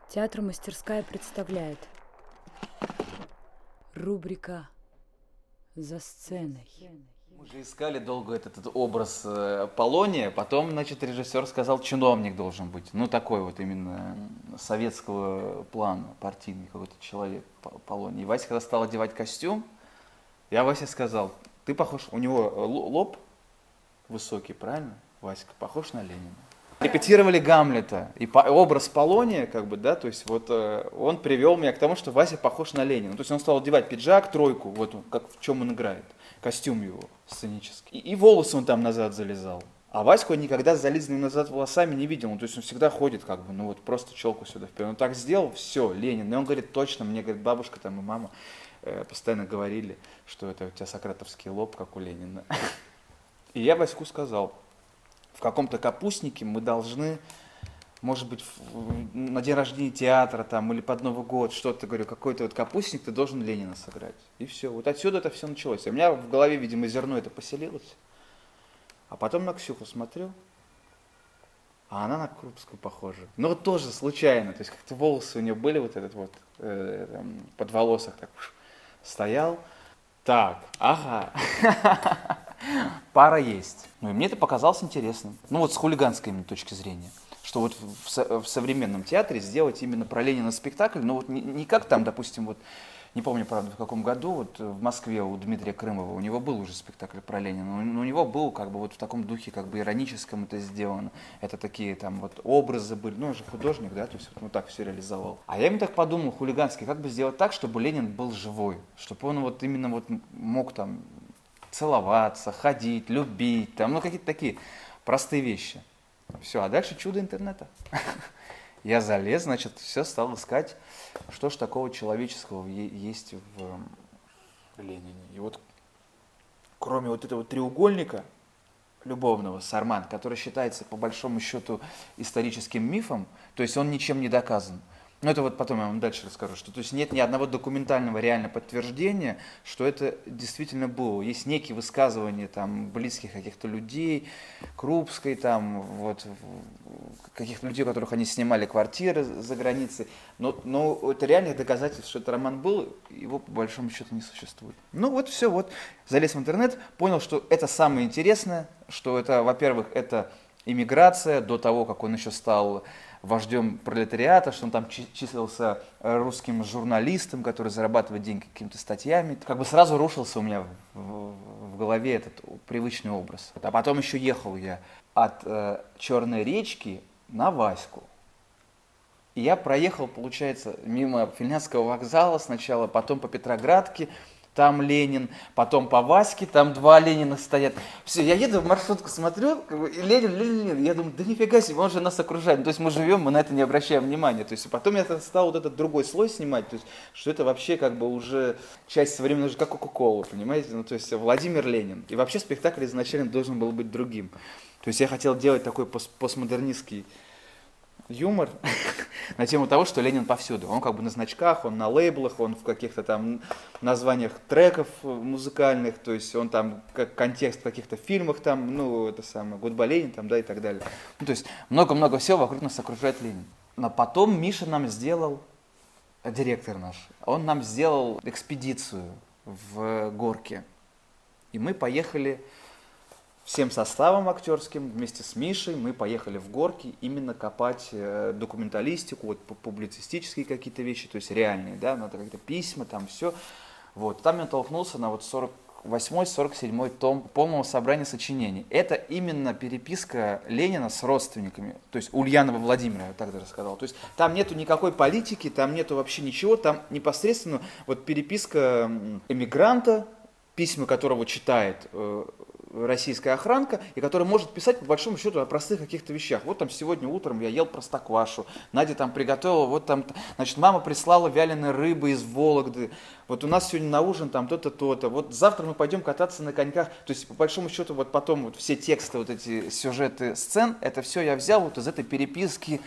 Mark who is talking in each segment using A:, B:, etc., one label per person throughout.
A: Театр «Мастерская» представляет рубрика «За сценой».
B: Мы же искали долго этот образ Полония, потом, значит, режиссер сказал, чиновник должен быть. Ну, такой вот именно советского плана, партийный какой-то человек Полоний. И Вася, когда стал одевать костюм, я Васе сказал, ты похож, у него лоб высокий, правильно, Васька, похож на Ленина. Репетировали Гамлета, и образ Полония, как бы, да, то есть вот он привел меня к тому, что Вася похож на Ленина. То есть он стал одевать пиджак, тройку, вот он, как в чем он играет, костюм его сценический. И волосы он там назад залезал. А Ваську я никогда с зализанными назад волосами не видел, то есть он всегда ходит как бы, ну вот просто челку сюда вперед. Он так сделал, все, Ленин. И он говорит, точно, мне говорит, бабушка там и мама постоянно говорили, что это у тебя сократовский лоб, как у Ленина. И я Ваську сказал, в каком-то капустнике мы должны, может быть, на день рождения театра там, или под Новый год, что-то, говорю, какой-то вот капустник ты должен Ленина сыграть. И все. Вот отсюда это все началось. У меня в голове, видимо, зерно это поселилось. А потом на Ксюху смотрю, а она на Крупскую похожа. Но вот тоже случайно. То есть как-то волосы у нее были, вот этот вот под волосах так стоял. Так, ага. Пара есть. Ну и мне это показалось интересным. Ну вот с хулиганской именно точки зрения. Что вот в современном театре сделать именно про Ленина спектакль, ну вот не как там, допустим, вот, не помню, правда, в каком году, вот в Москве у Дмитрия Крымова, у него был уже спектакль про Ленина, но у него был как бы вот в таком духе как бы ироническом это сделано. Это такие там вот образы были, ну он же художник, да, то есть вот так все реализовал. А я именно так подумал, хулиганский, как бы сделать так, чтобы Ленин был живой, чтобы он вот именно вот мог там целоваться, ходить, любить, там, ну какие-то такие простые вещи. Все, а дальше чудо интернета. Я залез, значит, все стал искать, что ж такого человеческого есть в Ленине. И вот кроме вот этого треугольника любовного Сарман, который считается по большому счету историческим мифом, то есть он ничем не доказан. Но это вот потом я вам дальше расскажу, что то есть нет ни одного документального реально подтверждения, что это действительно было. Есть некие высказывания там близких каких-то людей, Крупской, там, вот, каких-то людей, у которых они снимали квартиры за границей, но это реальных доказательств, что это роман был, его по большому счету не существует. Ну вот все, вот, залез в интернет, понял, что это самое интересное, что это, во-первых, это иммиграция до того, как он еще стал вождем пролетариата, что он там числился русским журналистом, который зарабатывает деньги какими-то статьями. Как бы сразу рушился у меня в голове этот привычный образ. А потом еще ехал я от Черной речки на Ваську. И я проехал, получается, мимо Финляндского вокзала сначала, потом по Петроградке, там Ленин, потом по Ваське, там два Ленина стоят. Все, я еду в маршрутку, смотрю, как бы, и Ленин. Я думаю, да нифига себе, он же нас окружает. Ну, то есть мы живем, мы на это не обращаем внимания. То есть потом я стал вот этот другой слой снимать, то есть, что это вообще как бы уже часть современной, уже как Кока-Кола, понимаете? Ну, то есть Владимир Ленин. И вообще спектакль изначально должен был быть другим. То есть я хотел делать такой постмодернистский юмор на тему того, что Ленин повсюду. Он как бы на значках, он на лейблах, он в каких-то там названиях треков музыкальных, то есть он там как контекст в каких-то фильмах там, ну, это самое, «Гудбай, Ленин» там, да, и так далее. Ну, то есть много-много всего вокруг нас окружает Ленин. Но потом Миша нам сделал, директор наш, он нам сделал экспедицию в Горки. И мы поехали всем составом актерским, вместе с Мишей, мы поехали в Горки именно копать документалистику, вот публицистические какие-то вещи, то есть реальные, да, надо какие-то письма, там все. Вот. Там я натолкнулся на вот 48-47 том полного собрания сочинений. Это именно переписка Ленина с родственниками, то есть Ульянова Владимира, я так даже сказал. То есть там нету никакой политики, там нету вообще ничего, там непосредственно вот переписка эмигранта, письма которого читает российская охранка, и которая может писать по большому счету о простых каких-то вещах. Вот там сегодня утром я ел простоквашу, Надя там приготовила, вот там, значит, мама прислала вяленой рыбы из Вологды, вот у нас сегодня на ужин там то-то, то-то, вот завтра мы пойдем кататься на коньках. То есть по большому счету вот потом вот все тексты, вот эти сюжеты сцен, это все я взял вот из этой переписки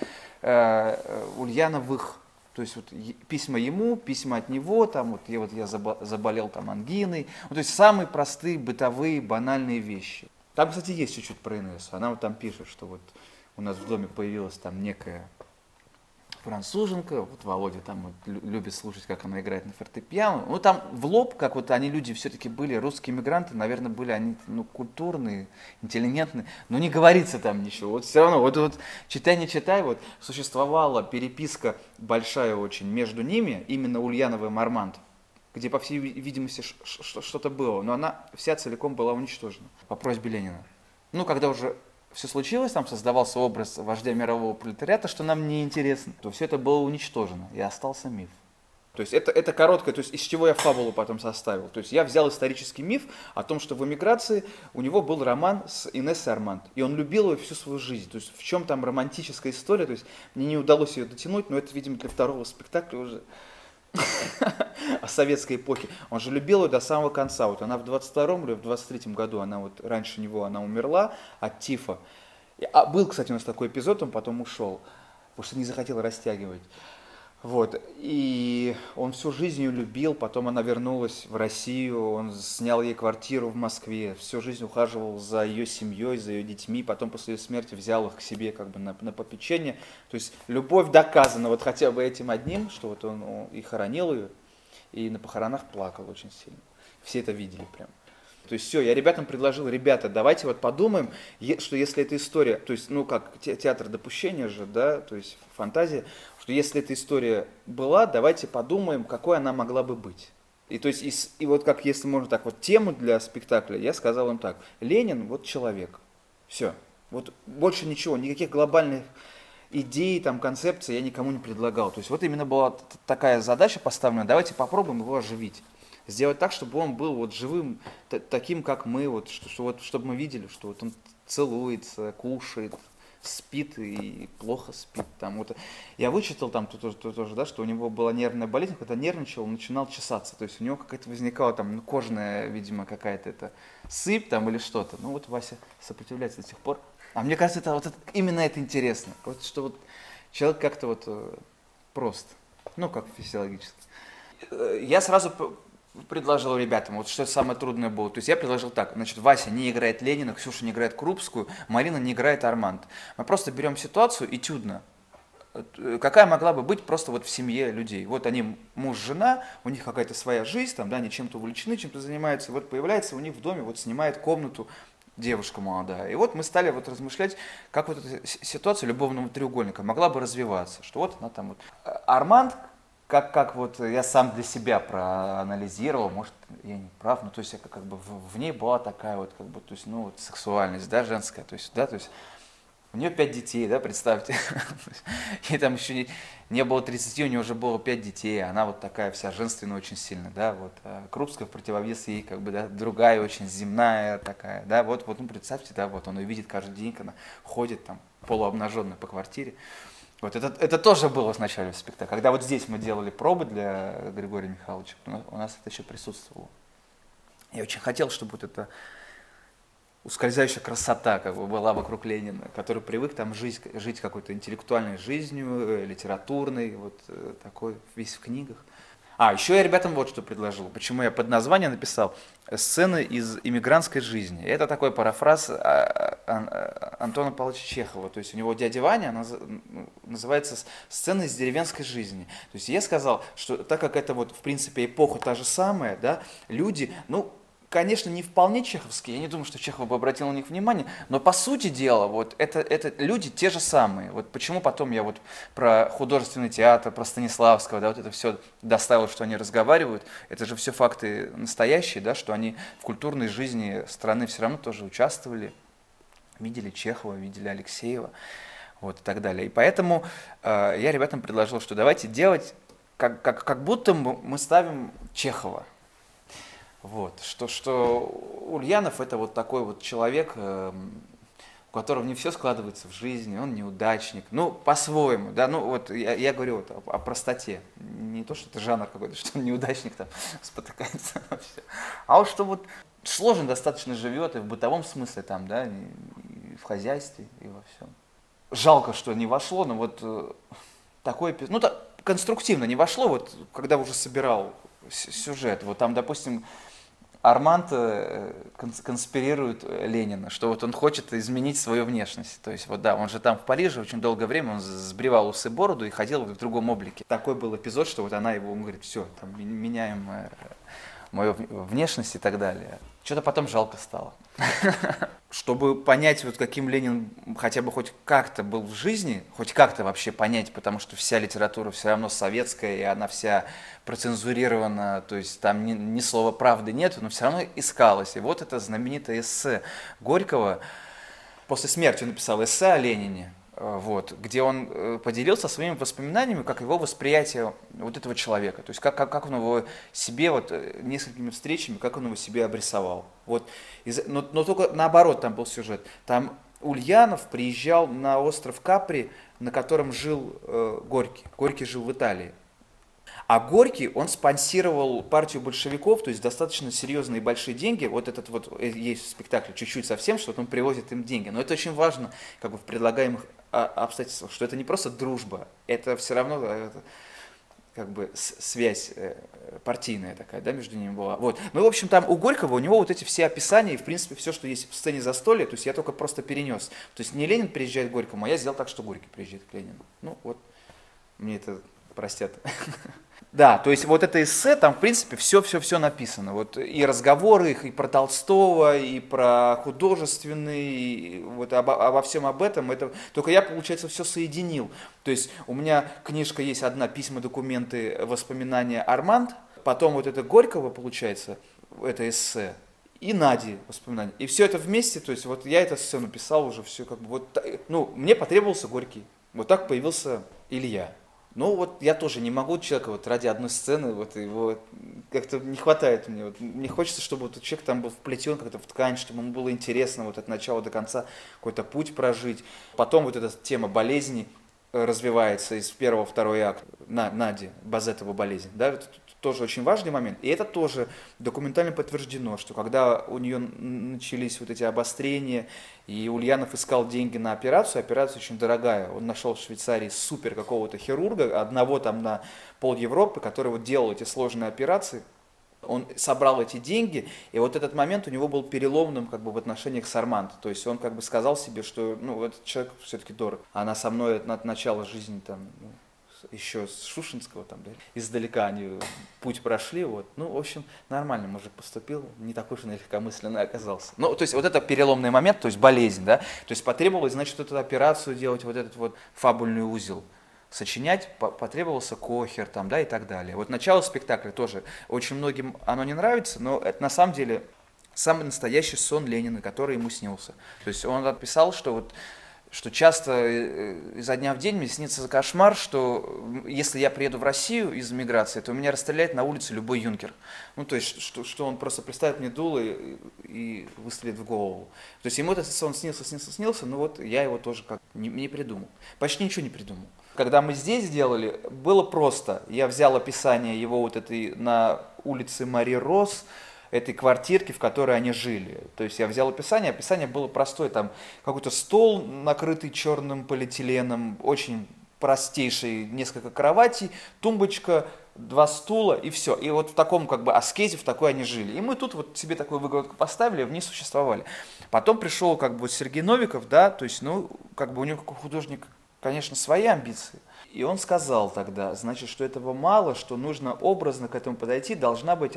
B: Ульяновых. То есть вот письма ему, письма от него, там вот я заболел там ангиной. Вот, то есть самые простые бытовые банальные вещи. Там, кстати, есть чуть-чуть про Инессу. Она вот там пишет, что вот у нас в доме появилась там некая француженка, вот Володя там вот любит слушать, как она играет на фортепиано. Ну, там в лоб, как вот они люди все-таки были, русские мигранты, наверное, были они, ну, культурные, интеллигентные, но не говорится там ничего. Вот все равно, вот читай, не читай, вот существовала переписка большая очень между ними, именно Ульянова и Мармант, где, по всей видимости, что-то было, но она вся целиком была уничтожена по просьбе Ленина. Ну, когда уже все случилось, там создавался образ вождя мирового пролетариата, что нам не интересно, то все это было уничтожено, и остался миф. То есть это короткое, то есть из чего я фабулу потом составил. То есть я взял исторический миф о том, что в эмиграции у него был роман с Инессой Арманд, и он любил ее всю свою жизнь. То есть в чем там романтическая история, то есть мне не удалось ее дотянуть, но это, видимо, для второго спектакля уже о советской эпохе. Он же любил ее до самого конца. Вот она в 22-м или в 23-м году, она вот раньше него, она умерла от тифа. А был, кстати, у нас такой эпизод, он потом ушел, потому что не захотел растягивать. Вот. И он всю жизнь ее любил, потом она вернулась в Россию, он снял ей квартиру в Москве, всю жизнь ухаживал за ее семьей, за ее детьми, потом после ее смерти взял их к себе как бы на попечение. То есть любовь доказана вот хотя бы этим одним, что вот он и хоронил ее, и на похоронах плакал очень сильно. Все это видели прям. То есть все, я ребятам предложил, ребята, давайте вот подумаем, что если эта история, то есть, ну как театр допущения же, да, то есть фантазия, что если эта история была, давайте подумаем, какой она могла бы быть. И то есть, и вот как, если можно так, вот тему для спектакля, я сказал им так, Ленин, вот человек, все, вот больше ничего, никаких глобальных идей, там, концепций я никому не предлагал. То есть вот именно была такая задача поставлена, давайте попробуем его оживить. Сделать так, чтобы он был вот живым, таким, как мы, вот, вот, чтобы мы видели, что вот он целуется, кушает, спит и плохо спит. Там, вот. Я вычитал там тоже, да, что у него была нервная болезнь, когда нервничал, он начинал чесаться. То есть у него какая-то возникала там, ну, кожная, видимо, какая-то это сыпь там или что-то. Ну вот Вася сопротивляется до сих пор. А мне кажется, именно это интересно. Вот, что вот человек как-то вот прост, ну как физиологически. Я сразу предложил ребятам, вот что самое трудное было. То есть я предложил так, значит, Вася не играет Ленина, Ксюша не играет Крупскую, Марина не играет Арманд. Мы просто берем ситуацию этюдно, какая могла бы быть просто вот в семье людей. Вот они муж, жена, у них какая-то своя жизнь, там, да, они чем-то увлечены, чем-то занимаются. Вот появляется у них в доме, вот снимает комнату девушка молодая. И вот мы стали вот размышлять, как вот эта ситуация любовного треугольника могла бы развиваться. Что вот она там вот. Арманд, как вот я сам для себя проанализировал, может, я не прав, но то есть как бы в ней была такая вот, как бы, то есть, ну, вот сексуальность, да, женская, то есть, да, то есть у нее 5 детей, да, представьте, ей там еще не было 30, у нее уже было 5 детей, она вот такая вся женственная очень сильно, да, вот, а Крупская в противовес ей, как бы, да, другая очень земная такая, да, вот, ну, представьте, да, вот он ее видит каждый день, когда ходит там полуобнаженная по квартире. Вот это тоже было вначале в спектакле. Когда вот здесь мы делали пробы для Григория Михайловича, у нас это еще присутствовало. Я очень хотел, чтобы вот эта ускользающая красота как бы была вокруг Ленина, который привык там жить какой-то интеллектуальной жизнью, литературной, вот такой, весь в книгах. А, еще я ребятам вот что предложил, почему я под название написал «Сцены из иммигрантской жизни». Это такой парафраз Антона Павловича Чехова. То есть у него «Дядя Ваня» называется «Сцены из деревенской жизни». То есть я сказал, что так как это вот в принципе эпоха та же самая, да, люди, ну, конечно, не вполне чеховские, я не думаю, что Чехов бы обратил на них внимание, но по сути дела, вот это люди те же самые. Вот почему потом я вот про художественный театр, про Станиславского, да, вот это все доставил, что они разговаривают, это же все факты настоящие, да, что они в культурной жизни страны все равно тоже участвовали, видели Чехова, видели Алексеева, вот и так далее. И поэтому я ребятам предложил, что давайте делать, как будто мы ставим Чехова. Вот, что Ульянов это вот такой вот человек, у которого не все складывается в жизни, он неудачник, ну, по-своему, да, ну, вот я говорю вот о простоте, не то, что это жанр какой-то, что он неудачник там спотыкается, а вот что вот сложно достаточно живет и в бытовом смысле там, да, и в хозяйстве, и во всем. Жалко, что не вошло, но вот такой эпизод, ну, так конструктивно не вошло, вот когда уже собирал сюжет, вот там, допустим, Арманд конспирирует Ленина, что вот он хочет изменить свою внешность. То есть вот да, он же там в Париже очень долгое время, он сбривал усы, бороду и ходил в другом облике. Такой был эпизод, что вот она его говорит, все, там, меняем мою внешность и так далее. Что-то потом жалко стало. Чтобы понять, вот каким Ленин хотя бы хоть как-то был в жизни, хоть как-то вообще понять, потому что вся литература все равно советская, и она вся процензурирована, то есть там ни слова правды нет, но все равно искалось. И вот это знаменитое эссе Горького, после смерти он написал эссе о Ленине, вот, где он поделился своими воспоминаниями, как его восприятие вот этого человека, то есть как он его себе, вот, несколькими встречами, как он его себе обрисовал. Вот, но только наоборот там был сюжет. Там Ульянов приезжал на остров Капри, на котором жил Горький. Горький жил в Италии. А Горький, он спонсировал партию большевиков, то есть достаточно серьезные и большие деньги. Вот этот вот есть в спектакле чуть-чуть совсем, что он привозит им деньги. Но это очень важно как бы в предлагаемых обстоятельствах, что это не просто дружба, это все равно как бы связь партийная такая, да, между ними была. Вот. Ну, в общем, там у Горького, у него вот эти все описания, и, в принципе, все, что есть в сцене застолья, то есть я только просто перенес. То есть не Ленин приезжает к Горькому, а я сделал так, что Горький приезжает к Ленину. Ну, вот, мне это простят. Да, то есть вот это эссе, там, в принципе, все написано. Вот и разговоры их, и про Толстого, и про художественный, и вот обо всем об этом. Это... Только я, получается, все соединил. То есть у меня книжка есть одна, письма, документы, воспоминания Арманд, потом вот это Горького, получается, это эссе, и Нади воспоминания. И все это вместе, то есть вот я это все написал уже, все как бы вот, ну, мне потребовался Горький. Вот так появился Илья. Ну вот я тоже не могу человека вот ради одной сцены, вот его как-то не хватает мне. Вот, мне хочется, чтобы вот человек там был вплетен как-то в ткань, чтобы ему было интересно вот от начала до конца какой-то путь прожить. Потом вот эта тема болезни развивается из первого, второй акт. Нади Базетова болезнь. Да? Это тоже очень важный момент. И это тоже документально подтверждено, что когда у нее начались вот эти обострения, и Ульянов искал деньги на операцию, операция очень дорогая, он нашел в Швейцарии супер какого-то хирурга, одного там на пол Европы, который вот делал эти сложные операции, он собрал эти деньги, и вот этот момент у него был переломным как бы в отношениях с Арманд. То есть он как бы сказал себе, что ну, этот человек все-таки дорог. Она со мной от начала жизни там, ну, еще с Шушинского там, да, издалека они путь прошли, вот. Ну, в общем, нормально мужик поступил, не такой уж легкомысленный оказался. Ну, то есть вот это переломный момент, то есть болезнь, да, то есть потребовалось, значит, эту операцию делать, вот этот вот фабульный узел сочинять, потребовался Кохер там, да, и так далее. Вот начало спектакля тоже очень многим оно не нравится, но это на самом деле самый настоящий сон Ленина, который ему снился. То есть он отписал, что вот что часто изо дня в день мне снится кошмар, что если я приеду в Россию из эмиграции, то меня расстреляет на улице любой юнкер. Ну, то есть, что он просто представит мне дуло и выстрелит в голову. То есть ему этот сон снился, но вот я его тоже как не придумал. Почти ничего не придумал. Когда мы здесь делали, было просто. Я взял описание его вот этой на улице Мари Рос, этой квартирки, в которой они жили. То есть я взял описание было простое, там какой-то стол, накрытый черным полиэтиленом, очень простейший, несколько кроватей, тумбочка, 2 стула и все. И вот в таком как бы аскезе, в такой они жили. И мы тут вот себе такую выкладку поставили, в ней существовали. Потом пришел как бы Сергей Новиков, да, то есть, ну, как бы у него как художник, конечно, свои амбиции. И он сказал тогда, значит, что этого мало, что нужно образно к этому подойти, должна быть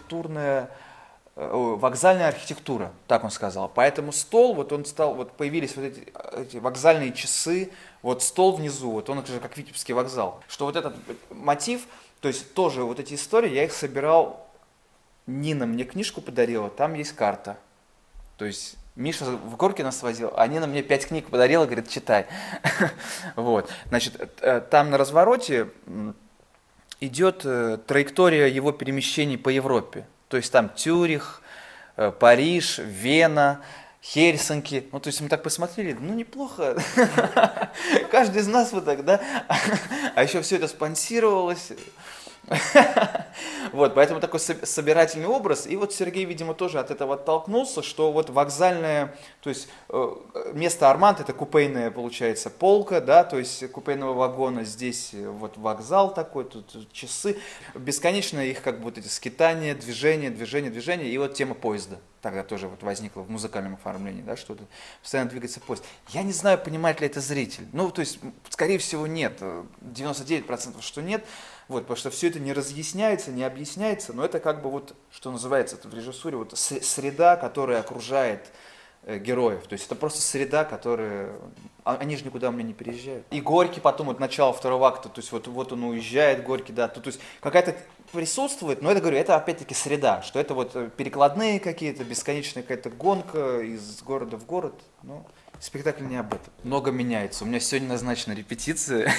B: вокзальная архитектура, так он сказал. Поэтому стол, вот он стал, вот появились вот эти вокзальные часы, вот стол внизу, вот он же как Витебский вокзал. Что вот этот мотив, то есть тоже вот эти истории, я их собирал, Нина мне книжку подарила, там есть карта. То есть Миша в горки нас возил, а Нина мне 5 книг подарила, говорит, читай. Вот. Значит, там на развороте идет траектория его перемещений по Европе. То есть там Цюрих, Париж, Вена, Хельсинки. Ну, то есть мы так посмотрели, ну, неплохо. Каждый из нас вот так, да? А еще все это спонсировалось. Вот, поэтому такой собирательный образ. И вот Сергей, видимо, тоже от этого оттолкнулся, что вот вокзальное, то есть место Арманд это купейная, получается, полка, да, то есть купейного вагона, здесь вот вокзал такой, тут часы, бесконечно их как бы вот эти скитания, движение, и вот тема поезда. Тогда тоже вот возникла в музыкальном оформлении, да, что постоянно двигается поезд. Я не знаю, понимает ли это зритель. Ну, то есть, скорее всего, нет. 99% что нет. Вот, потому что все это не разъясняется, не объясняется, но это как бы вот, что называется это в режиссуре, вот среда, которая окружает героев. То есть это просто среда, которая... Они же никуда у меня не переезжают. И Горький потом, вот начало второго акта, то есть вот он уезжает, Горький, да, то есть какая-то присутствует, но это, говорю, это опять-таки среда, что это вот перекладные какие-то, бесконечная какая-то гонка из города в город, ну... Спектакль не об этом. Много меняется. У меня сегодня назначена репетиция.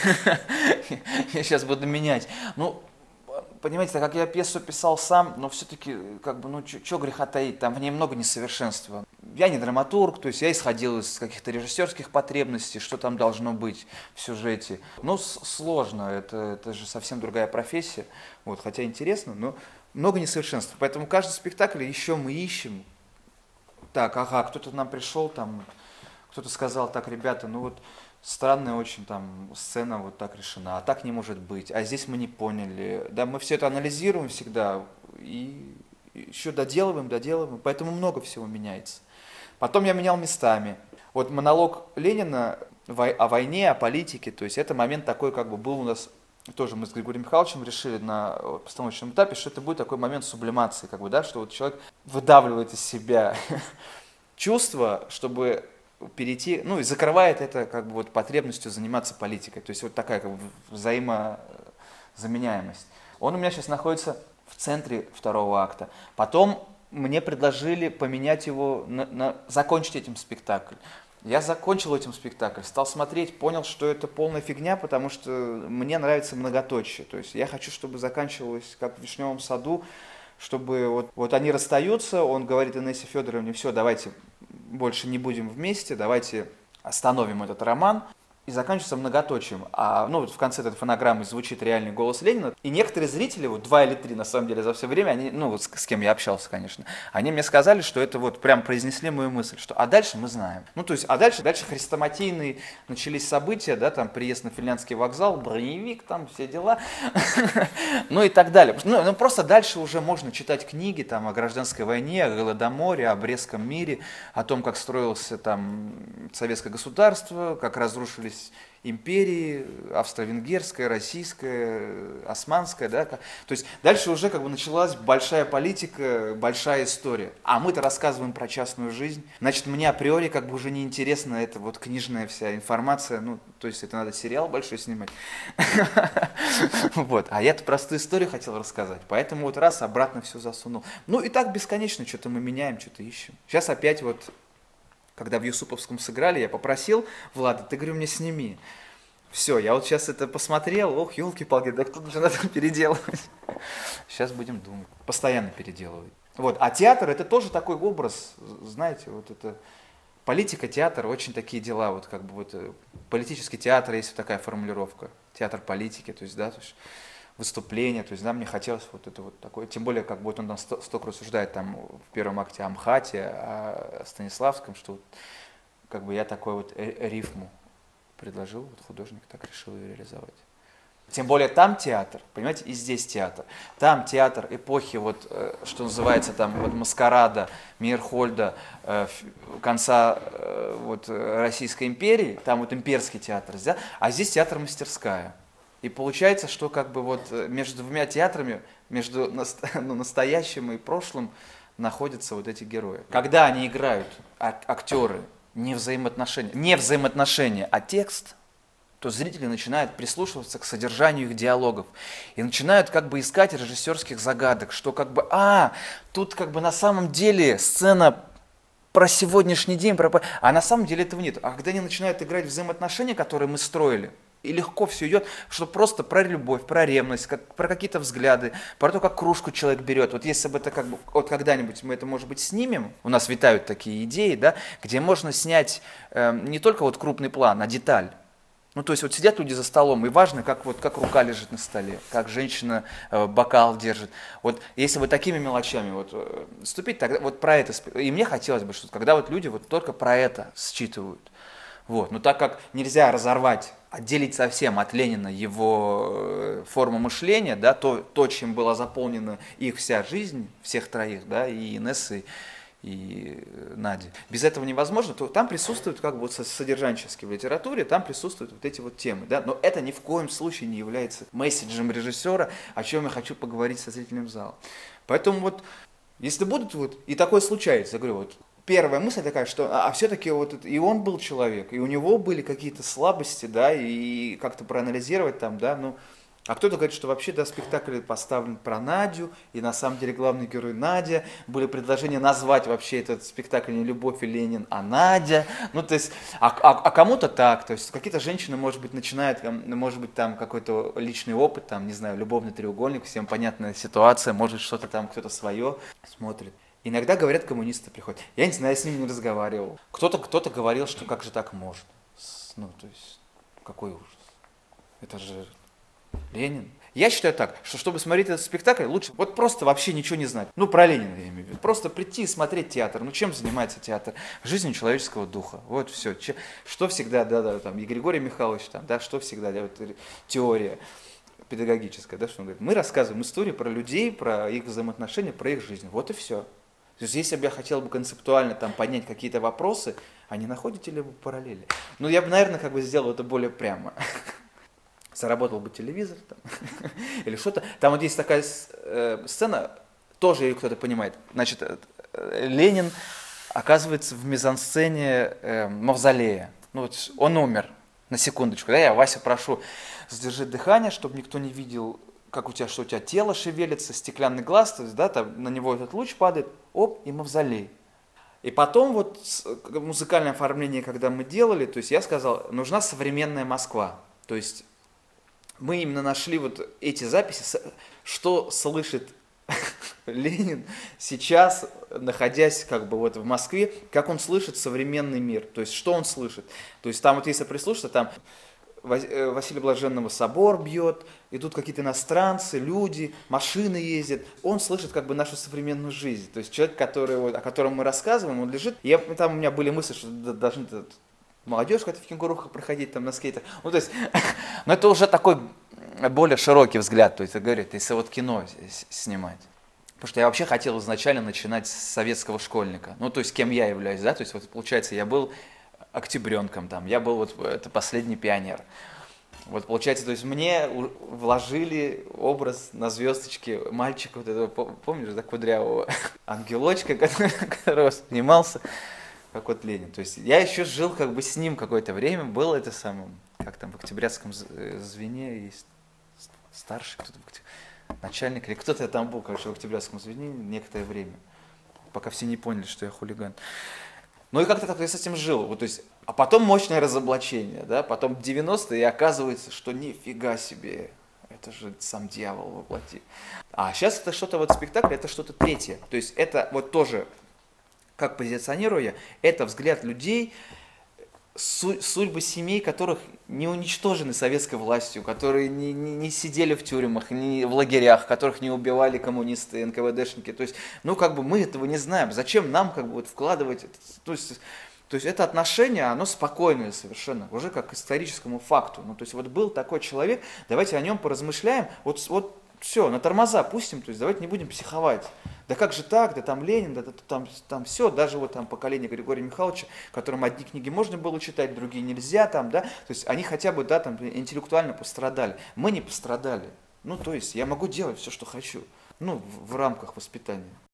B: Я сейчас буду менять. Ну, понимаете, так как я пьесу писал сам, но все-таки, как бы, ну, что греха таить, там в ней много несовершенства. Я не драматург, то есть я исходил из каких-то режиссерских потребностей, что там должно быть в сюжете. Ну, сложно, это же совсем другая профессия. Вот, хотя интересно, но много несовершенств. Поэтому каждый спектакль еще мы ищем. Так, ага, кто-то нам пришел там... Кто-то сказал, так, ребята, ну вот странная очень там сцена вот так решена, а так не может быть, а здесь мы не поняли. Да, мы все это анализируем всегда и еще доделываем, поэтому много всего меняется. Потом я менял местами. Вот монолог Ленина о войне, о политике, то есть это момент такой, как бы был у нас, тоже мы с Григорием Михайловичем решили на постановочном этапе, что это будет такой момент сублимации, как бы, да, что вот человек выдавливает из себя чувства, чтобы перейти, ну и закрывает это как бы вот потребностью заниматься политикой. То есть вот такая как бы взаимозаменяемость. Он у меня сейчас находится в центре второго акта. Потом мне предложили поменять его, закончить этим спектакль. Я закончил этим спектакль, стал смотреть, понял, что это полная фигня, потому что мне нравится многоточие. То есть я хочу, чтобы заканчивалось как в «Вишневом саду», чтобы вот они расстаются, он говорит Инессе Федоровне, все, давайте больше не будем вместе, давайте остановим этот роман. И заканчивается многоточием. А ну, вот в конце этой фонограммы звучит реальный голос Ленина. И некоторые зрители, вот 2 или 3 на самом деле за все время, они, ну вот с кем я общался, конечно, они мне сказали, что это вот прям произнесли мою мысль, что а дальше мы знаем. Ну то есть, а дальше хрестоматийные начались события, да, там приезд на Финляндский вокзал, броневик, там все дела, ну и так далее. Ну просто дальше уже можно читать книги там о гражданской войне, о Голодоморе, о Брестском мире, о том, как строилось там советское государство, как разрушились империи, австро-венгерская, российская, османская, да, то есть дальше уже как бы началась большая политика, большая история, а мы-то рассказываем про частную жизнь, значит мне априори как бы уже неинтересна эта вот книжная вся информация, ну, то есть это надо сериал большой снимать, вот, а я-то простую историю хотел рассказать, поэтому вот раз обратно все засунул, ну и так бесконечно что-то мы меняем, что-то ищем, сейчас опять вот когда в Юсуповском сыграли, я попросил Влада, ты, говорю, мне сними. Все, я вот сейчас это посмотрел, ох, елки-палки, да тут же надо переделывать. Сейчас будем думать. Постоянно переделывать. Вот. А театр это тоже такой образ, знаете, вот это политика, театр, очень такие дела, вот как бы вот политический театр, есть вот такая формулировка, театр политики, то есть, да, то есть выступления, то есть, да, мне хотелось вот это вот такое, тем более, как бы вот он там столько рассуждает там в первом акте о МХАТе, о Станиславском, что вот, как бы я такой вот рифму предложил, вот художник так решил ее реализовать. Тем более там театр, понимаете, и здесь театр. Там театр эпохи, вот, что называется, там, вот, Маскарада, Мейерхольда, конца вот, Российской империи, там вот имперский театр, да? А здесь театр-мастерская. И получается, что как бы вот между двумя театрами, между настоящим и прошлым находятся вот эти герои. Когда они играют, актеры, не взаимоотношения, а текст, то зрители начинают прислушиваться к содержанию их диалогов и начинают как бы искать режиссерских загадок, что как бы, тут как бы на самом деле сцена про сегодняшний день, а на самом деле этого нет. А когда они начинают играть взаимоотношения, которые мы строили, и легко все идет, что просто про любовь, про ревность, про какие-то взгляды, про то, как кружку человек берет. Вот если бы это как бы, вот когда-нибудь мы это, может быть, снимем, у нас витают такие идеи, да, где можно снять не только вот крупный план, а деталь. Ну, то есть вот сидят люди за столом, и важно, как рука лежит на столе, как женщина бокал держит. Вот если вот такими мелочами вступить, тогда вот про это, и мне хотелось бы, что когда вот люди вот только про это считывают. Вот. Но так как нельзя разорвать, отделить совсем от Ленина его форму мышления, да, то, чем была заполнена их вся жизнь, всех троих, да, и Инессы, и Нади. Без этого невозможно, то там присутствуют, как бы вот содержанчески в литературе, там присутствуют вот эти вот темы, да, но это ни в коем случае не является месседжем режиссера, о чем я хочу поговорить со зрительным залом. Поэтому вот, если будут вот, и такое случается, я говорю, вот, первая мысль такая, что все-таки вот и он был человек, и у него были какие-то слабости, да, и как-то проанализировать там, да, ну, а кто-то говорит, что вообще, да, спектакль поставлен про Надю, и на самом деле главный герой Надя. Были предложения назвать вообще этот спектакль не «Любовь и Ленин», а «Надя». Ну, то есть, а кому-то так. То есть, какие-то женщины, может быть, начинают, может быть, там какой-то личный опыт, там, не знаю, любовный треугольник, всем понятная ситуация, может, что-то там кто-то свое смотрит. Иногда, говорят, коммунисты приходят. Я не знаю, я с ними не разговаривал. Кто-то говорил, что как же так можно. Ну, то есть, какой ужас. Это же Ленин. Я считаю так, что чтобы смотреть этот спектакль, лучше вот просто вообще ничего не знать. Ну, про Ленина я имею в виду. Просто прийти и смотреть театр. Ну, чем занимается театр? Жизнью человеческого духа. Вот все. Что всегда, да, там, и Григорий Михайлович, там, да, что всегда, да, вот, теория педагогическая, да, что он говорит. Мы рассказываем историю про людей, про их взаимоотношения, про их жизнь. Вот и все. То есть, если бы я хотел бы концептуально там поднять какие-то вопросы, а не находите ли вы параллели? Ну, я бы, наверное, как бы сделал это более прямо. Заработал бы телевизор там, или что-то. Там вот есть такая сцена, тоже ее кто-то понимает. Значит, Ленин оказывается в мизансцене мавзолея. Ну вот он умер, на секундочку. Да, я Вася прошу задержать дыхание, чтобы никто не видел, как у тебя, что у тебя тело шевелится, стеклянный глаз, то есть, да, там на него этот луч падает, оп, и мавзолей. И потом вот музыкальное оформление, когда мы делали, то есть я сказал, нужна современная Москва. То есть мы именно нашли вот эти записи, что слышит Ленин сейчас, находясь как бы вот в Москве, как он слышит современный мир, то есть что он слышит. То есть там вот если прислушаться, там Василия Блаженного собор бьет, идут какие-то иностранцы, люди, машины ездят, он слышит как бы нашу современную жизнь. То есть человек, о котором мы рассказываем, он лежит, там у меня были мысли, что должны молодежь какая-то в кенгурухах проходить там на скейтах. Ну, то есть, но это уже такой более широкий взгляд, то есть, говорит, если вот кино снимать. Потому что я вообще хотел изначально начинать с советского школьника. Ну, то есть, кем я являюсь, да, то есть, вот получается, я был октябренком там, я был вот это последний пионер. Вот получается, то есть, мне вложили образ на звездочке мальчика вот этого, помнишь, да, кудрявого ангелочка, которого снимался. Как вот Ленин. То есть я еще жил как бы с ним какое-то время, был это самым, как там в Октябрятском звене есть старший кто-то, начальник, или кто-то там был, короче, в Октябрятском звене некоторое время, пока все не поняли, что я хулиган. Ну и как-то так я с этим жил. Вот, то есть, а потом мощное разоблачение, да, потом 90-е, и оказывается, что нифига себе, это же сам дьявол воплоти. А сейчас это что-то вот спектакль, это что-то третье. То есть это вот тоже, как позиционирую я, это взгляд людей, судьбы семей, которых не уничтожены советской властью, которые не сидели в тюрьмах, не в лагерях, которых не убивали коммунисты, НКВДшники. То есть, ну, как бы мы этого не знаем. Зачем нам как бы вот вкладывать это? То есть это отношение, оно спокойное совершенно, уже как к историческому факту. Ну, то есть вот был такой человек, давайте о нем поразмышляем, вот все, на тормоза пустим, то есть давайте не будем психовать. Да как же так, да там Ленин, да там все, даже вот там поколение Григория Михайловича, которым одни книги можно было читать, другие нельзя, там, да, то есть они хотя бы, да, там интеллектуально пострадали. Мы не пострадали. Ну, то есть я могу делать все, что хочу, ну, в рамках воспитания.